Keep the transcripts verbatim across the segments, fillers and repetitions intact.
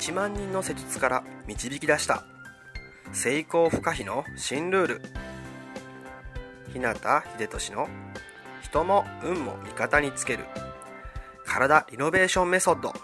ちまんにんの施術から導き出した成功不可避の新ルール。日向秀俊の人も運も味方につける体リノベーションメソッド。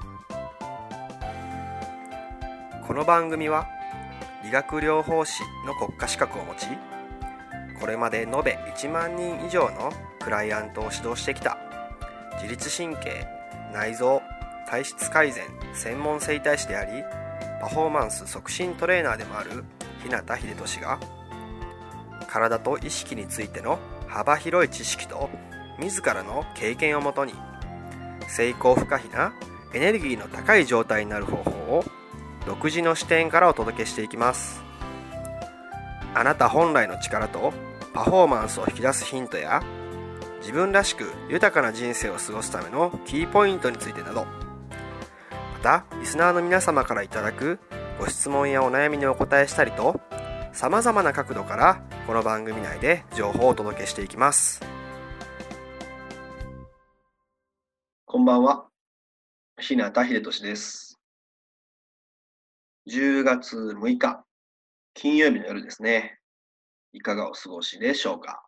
この番組は理学療法士の国家資格を持ち、これまで延べいちまんにん以上のクライアントを指導してきた自律神経、内臓、体質改善専門整体師であり、パフォーマンス促進トレーナーでもある日向秀俊が、体と意識についての幅広い知識と自らの経験をもとに、成功不可避なエネルギーの高い状態になる方法を独自の視点からお届けしていきます。あなた本来の力とパフォーマンスを引き出すヒントや、自分らしく豊かな人生を過ごすためのキーポイントについてなど、またリスナーの皆様からいただくご質問やお悩みにお答えしたりと、さまざまな角度からこの番組内で情報をお届けしていきます。 こんばんは、日向秀俊です。じゅうがつむいか、金曜日の夜ですね。いかがお過ごしでしょうか。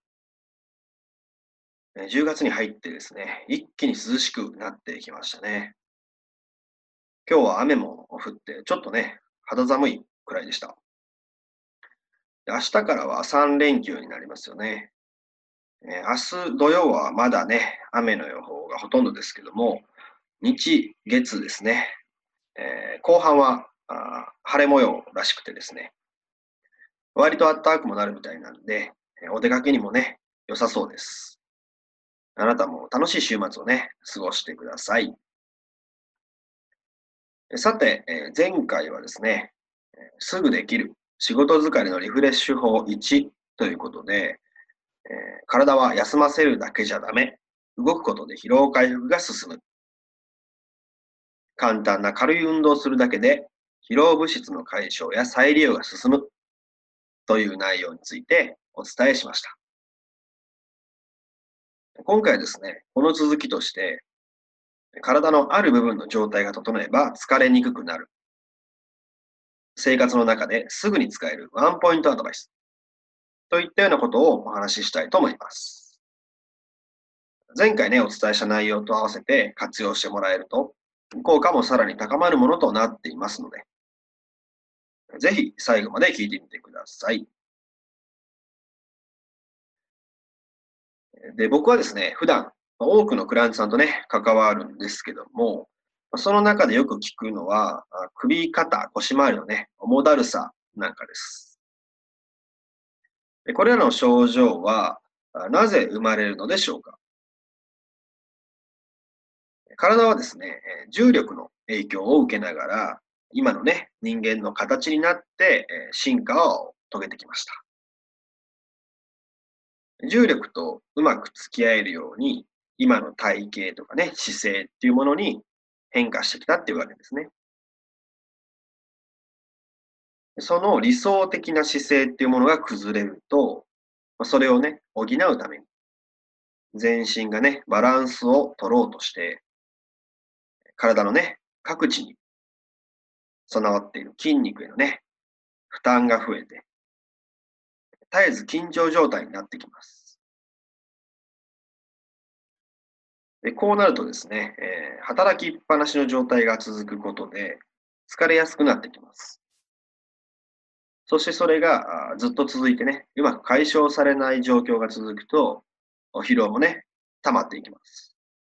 じゅうがつに入ってですね、一気に涼しくなってきましたね。今日は雨も降って、ちょっとね、肌寒いくらいでした。で明日からはさんれんきゅうになりますよね。えー明日土曜はまだね、雨の予報がほとんどですけども、日、月ですね、えー後半はあー晴れ模様らしくてですね、割と暖かくもなるみたいなんで、えーお出かけにもね、良さそうです。あなたも楽しい週末をね、過ごしてください。えさて、えー前回はですね、えーすぐできる仕事疲れのリフレッシュ法いちということで、えー体は休ませるだけじゃダメ。動くことで疲労回復が進む。簡単な軽い運動をするだけで疲労物質の解消や再利用が進むという内容についてお伝えしました。今回ですね、この続きとして、体のある部分の状態が整えば疲れにくくなる。生活の中ですぐに使えるワンポイントアドバイスといったようなことをお話ししたいと思います。前回ね、お伝えした内容と合わせて活用してもらえると、効果もさらに高まるものとなっていますので、ぜひ最後まで聞いてみてください。で、僕はですね、普段多くのクライアントさんとね、関わるんですけども、その中でよく聞くのは、あ首、肩、腰回りのね、重だるさなんかです。でこれらの症状は、あなぜ生まれるのでしょうか。体はですね、えー重力の影響を受けながら、今のね、人間の形になって、えー進化を遂げてきました。重力とうまく付き合えるように、今の体型とかね、姿勢っていうものに変化してきたっていうわけですね。その理想的な姿勢っていうものが崩れると、まあそれをね、補うために、全身がね、バランスを取ろうとして、体のね、各地に備わっている筋肉へのね、負担が増えて、絶えず緊張状態になってきます。で、こうなるとですね、えー働きっぱなしの状態が続くことで、疲れやすくなってきます。そしてそれがあーずっと続いてね、うまく解消されない状況が続くと、疲労もね、溜まっていきます。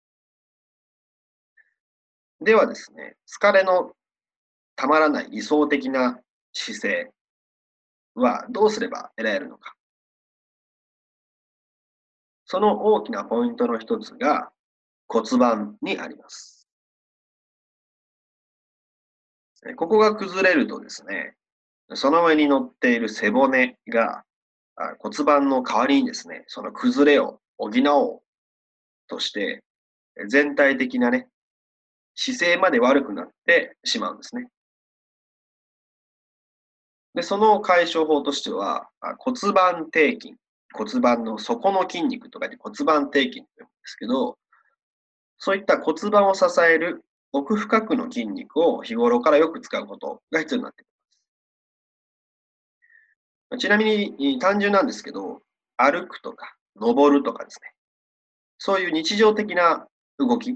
ではですね、疲れのたまらない理想的な姿勢はどうすれば得られるのか。その大きなポイントの一つが骨盤にあります。えここが崩れるとですね、その上に乗っている背骨があ骨盤の代わりにですね、その崩れを補おうとして、全体的なね、姿勢まで悪くなってしまうんですね。で、その解消法としては、あ骨盤底筋、骨盤の底の筋肉とかで骨盤底筋って言うんですけど、そういった骨盤を支える奥深くの筋肉を日頃からよく使うことが必要になってきます。ちなみに単純なんですけど、歩くとか登るとかですね、そういう日常的な動き。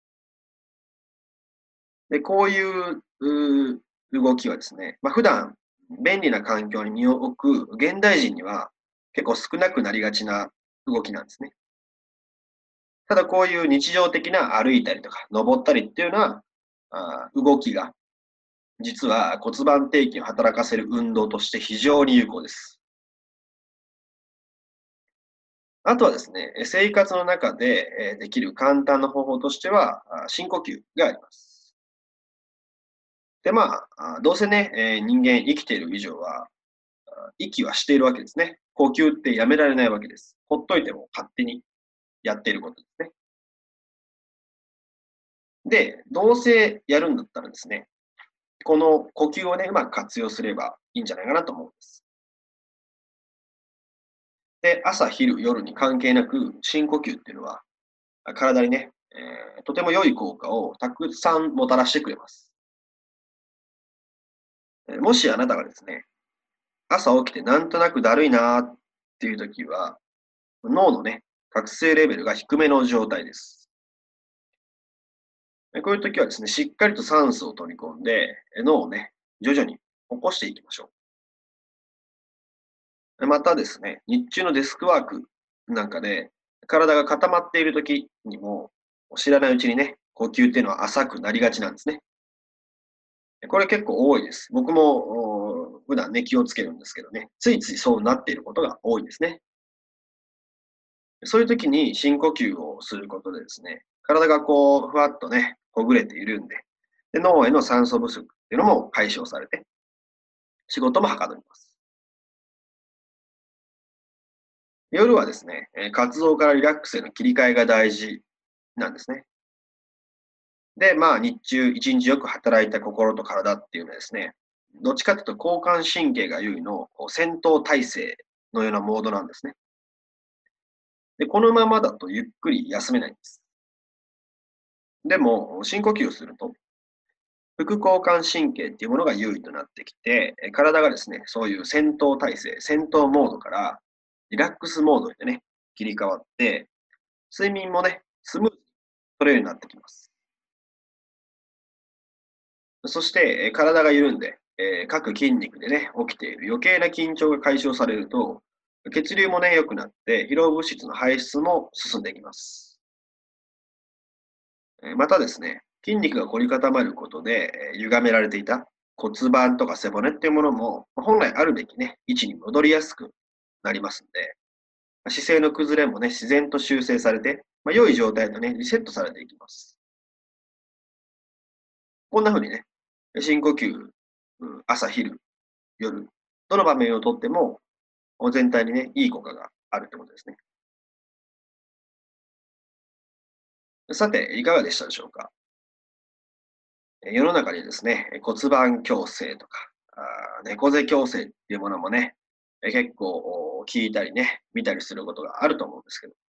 で、こういうう動きはですね、まあ、普段便利な環境に身を置く現代人には結構少なくなりがちな動きなんですね。ただこういう日常的な歩いたりとか登ったりっていうのは、あー動きが実は骨盤底筋を働かせる運動として非常に有効です。あとはですね、生活の中でできる簡単な方法としては、深呼吸があります。で、まあ、どうせね、え人間生きている以上は、息はしているわけですね。呼吸ってやめられないわけです。ほっといても勝手にやっていることですね。で、どうせやるんだったらですね、この呼吸をね、うまく活用すればいいんじゃないかなと思うんです。で、朝、昼、夜に関係なく深呼吸っていうのは、体にね、えーとても良い効果をたくさんもたらしてくれます。えーもしあなたがですね、朝起きてなんとなくだるいなーっていう時は、脳のね、覚醒レベルが低めの状態です。こういう時はですね、しっかりと酸素を取り込んで、脳をね、徐々に起こしていきましょう。またですね、日中のデスクワークなんかで、体が固まっている時にも、知らないうちにね、呼吸っていうのは浅くなりがちなんですね。これ結構多いです。僕も普段ね、気をつけるんですけどね、ついついそうなっていることが多いんですね。そういう時に深呼吸をすることでですね、体がこう、ふわっとね、ほぐれているんで、で脳への酸素不足っていうのも解消されて、仕事もはかどります。夜はですね、え活動からリラックスへの切り替えが大事なんですね。で、まあ、日中一日よく働いた心と体っていうのはですね、どっちかというと交感神経が優位のこう戦闘態勢のようなモードなんですね。で、このままだとゆっくり休めないんです。でも、深呼吸をすると、副交感神経っていうものが優位となってきて、え体がですね、そういう戦闘態勢、戦闘モードからリラックスモードにね、切り替わって、睡眠もね、スムーズに取れるようになってきます。そして、え体が緩んで、えー各筋肉でね、起きている余計な緊張が解消されると、血流もね、良くなって、疲労物質の排出も進んでいきます。えーまたですね、筋肉が凝り固まることで、えー歪められていた骨盤とか背骨っていうものも、本来あるべきね、位置に戻りやすくなりますので、姿勢の崩れもね、自然と修正されて、まあ、良い状態とね、リセットされていきます。こんな風にね、深呼吸、うん朝、昼、夜、どの場面をとっても、全体にね、いい効果があるってことですね。さて、いかがでしたでしょうか。世の中にですね、骨盤矯正とか、あ猫背矯正っていうものもね、結構聞いたりね、見たりすることがあると思うんですけど、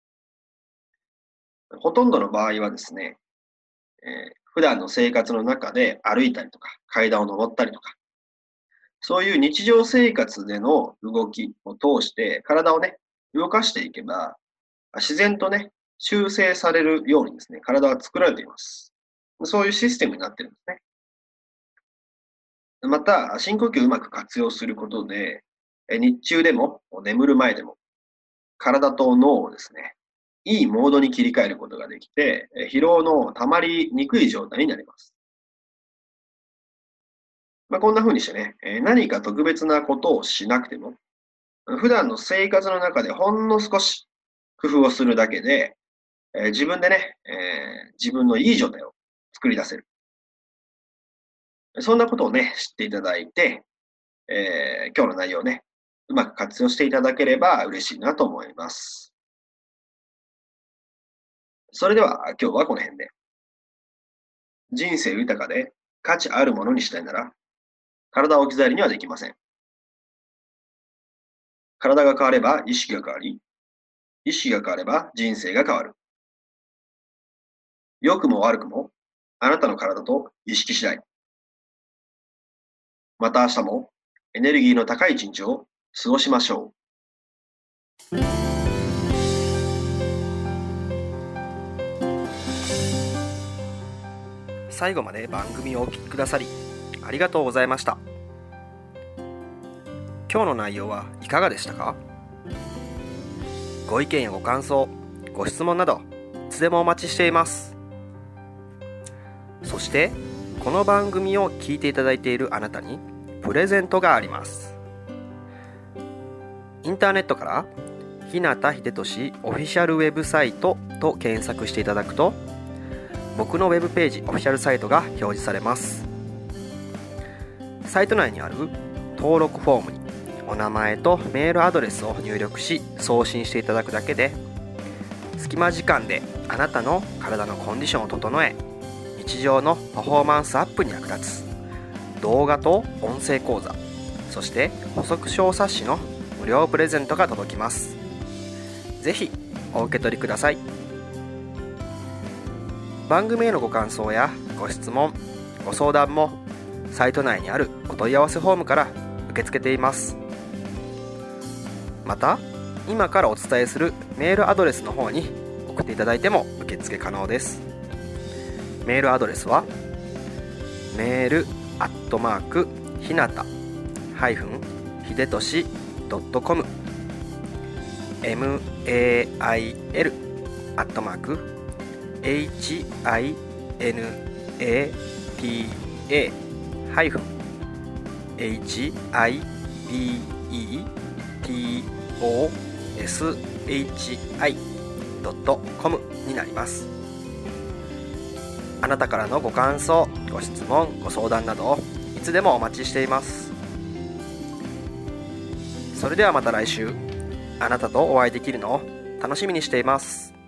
ほとんどの場合はですね、えー普段の生活の中で歩いたりとか、階段を上ったりとか、そういう日常生活での動きを通して、体をね、動かしていけば、自然とね、修正されるようにですね、体は作られています。そういうシステムになってるんですね。また、深呼吸をうまく活用することで、え日中でも眠る前でも、体と脳をですね、いいモードに切り替えることができて、え疲労の溜まりにくい状態になります。まあ、こんな風にしてね、え何か特別なことをしなくても、普段の生活の中でほんの少し工夫をするだけで、えー自分でね、えー自分のいい状態を作り出せる。そんなことをね、知っていただいて、えー今日の内容をね、うまく活用していただければ嬉しいなと思います。それでは今日はこの辺で。人生豊かで価値あるものにしたいなら、体を置き去りにはできません。体が変われば意識が変わり、意識が変われば人生が変わる。良くも悪くもあなたの体と意識次第。また明日もエネルギーの高い一日を過ごしましょう。 最後まで番組をお聞きくださりありがとうございました。今日の内容はいかがでしたか？ご意見やご感想、ご質問などいつでもお待ちしています。そしてこの番組を聞いていただいているあなたにプレゼントがあります。インターネットから日向秀俊オフィシャルウェブサイトと検索していただくと、僕のウェブページオフィシャルサイトが表示されます。サイト内にある登録フォームにお名前とメールアドレスを入力し送信していただくだけで、隙間時間であなたの体のコンディションを整え、日常のパフォーマンスアップに役立つ動画と音声講座、そして補足小冊子の無料プレゼントが届きます。ぜひお受け取りください。番組へのご感想やご質問、ご相談もサイト内にあるお問い合わせフォームから受け付けています。また今からお伝えするメールアドレスの方に送っていただいても受付可能です。メールアドレスはメールアットマークひなたハイフンひでとしドットコム メールアットマーク ヒナタハイフン ヒベトシドットコム になります。あなたからのご感想、ご質問、ご相談などいつでもお待ちしています。それではまた来週、あなたとお会いできるのを楽しみにしています。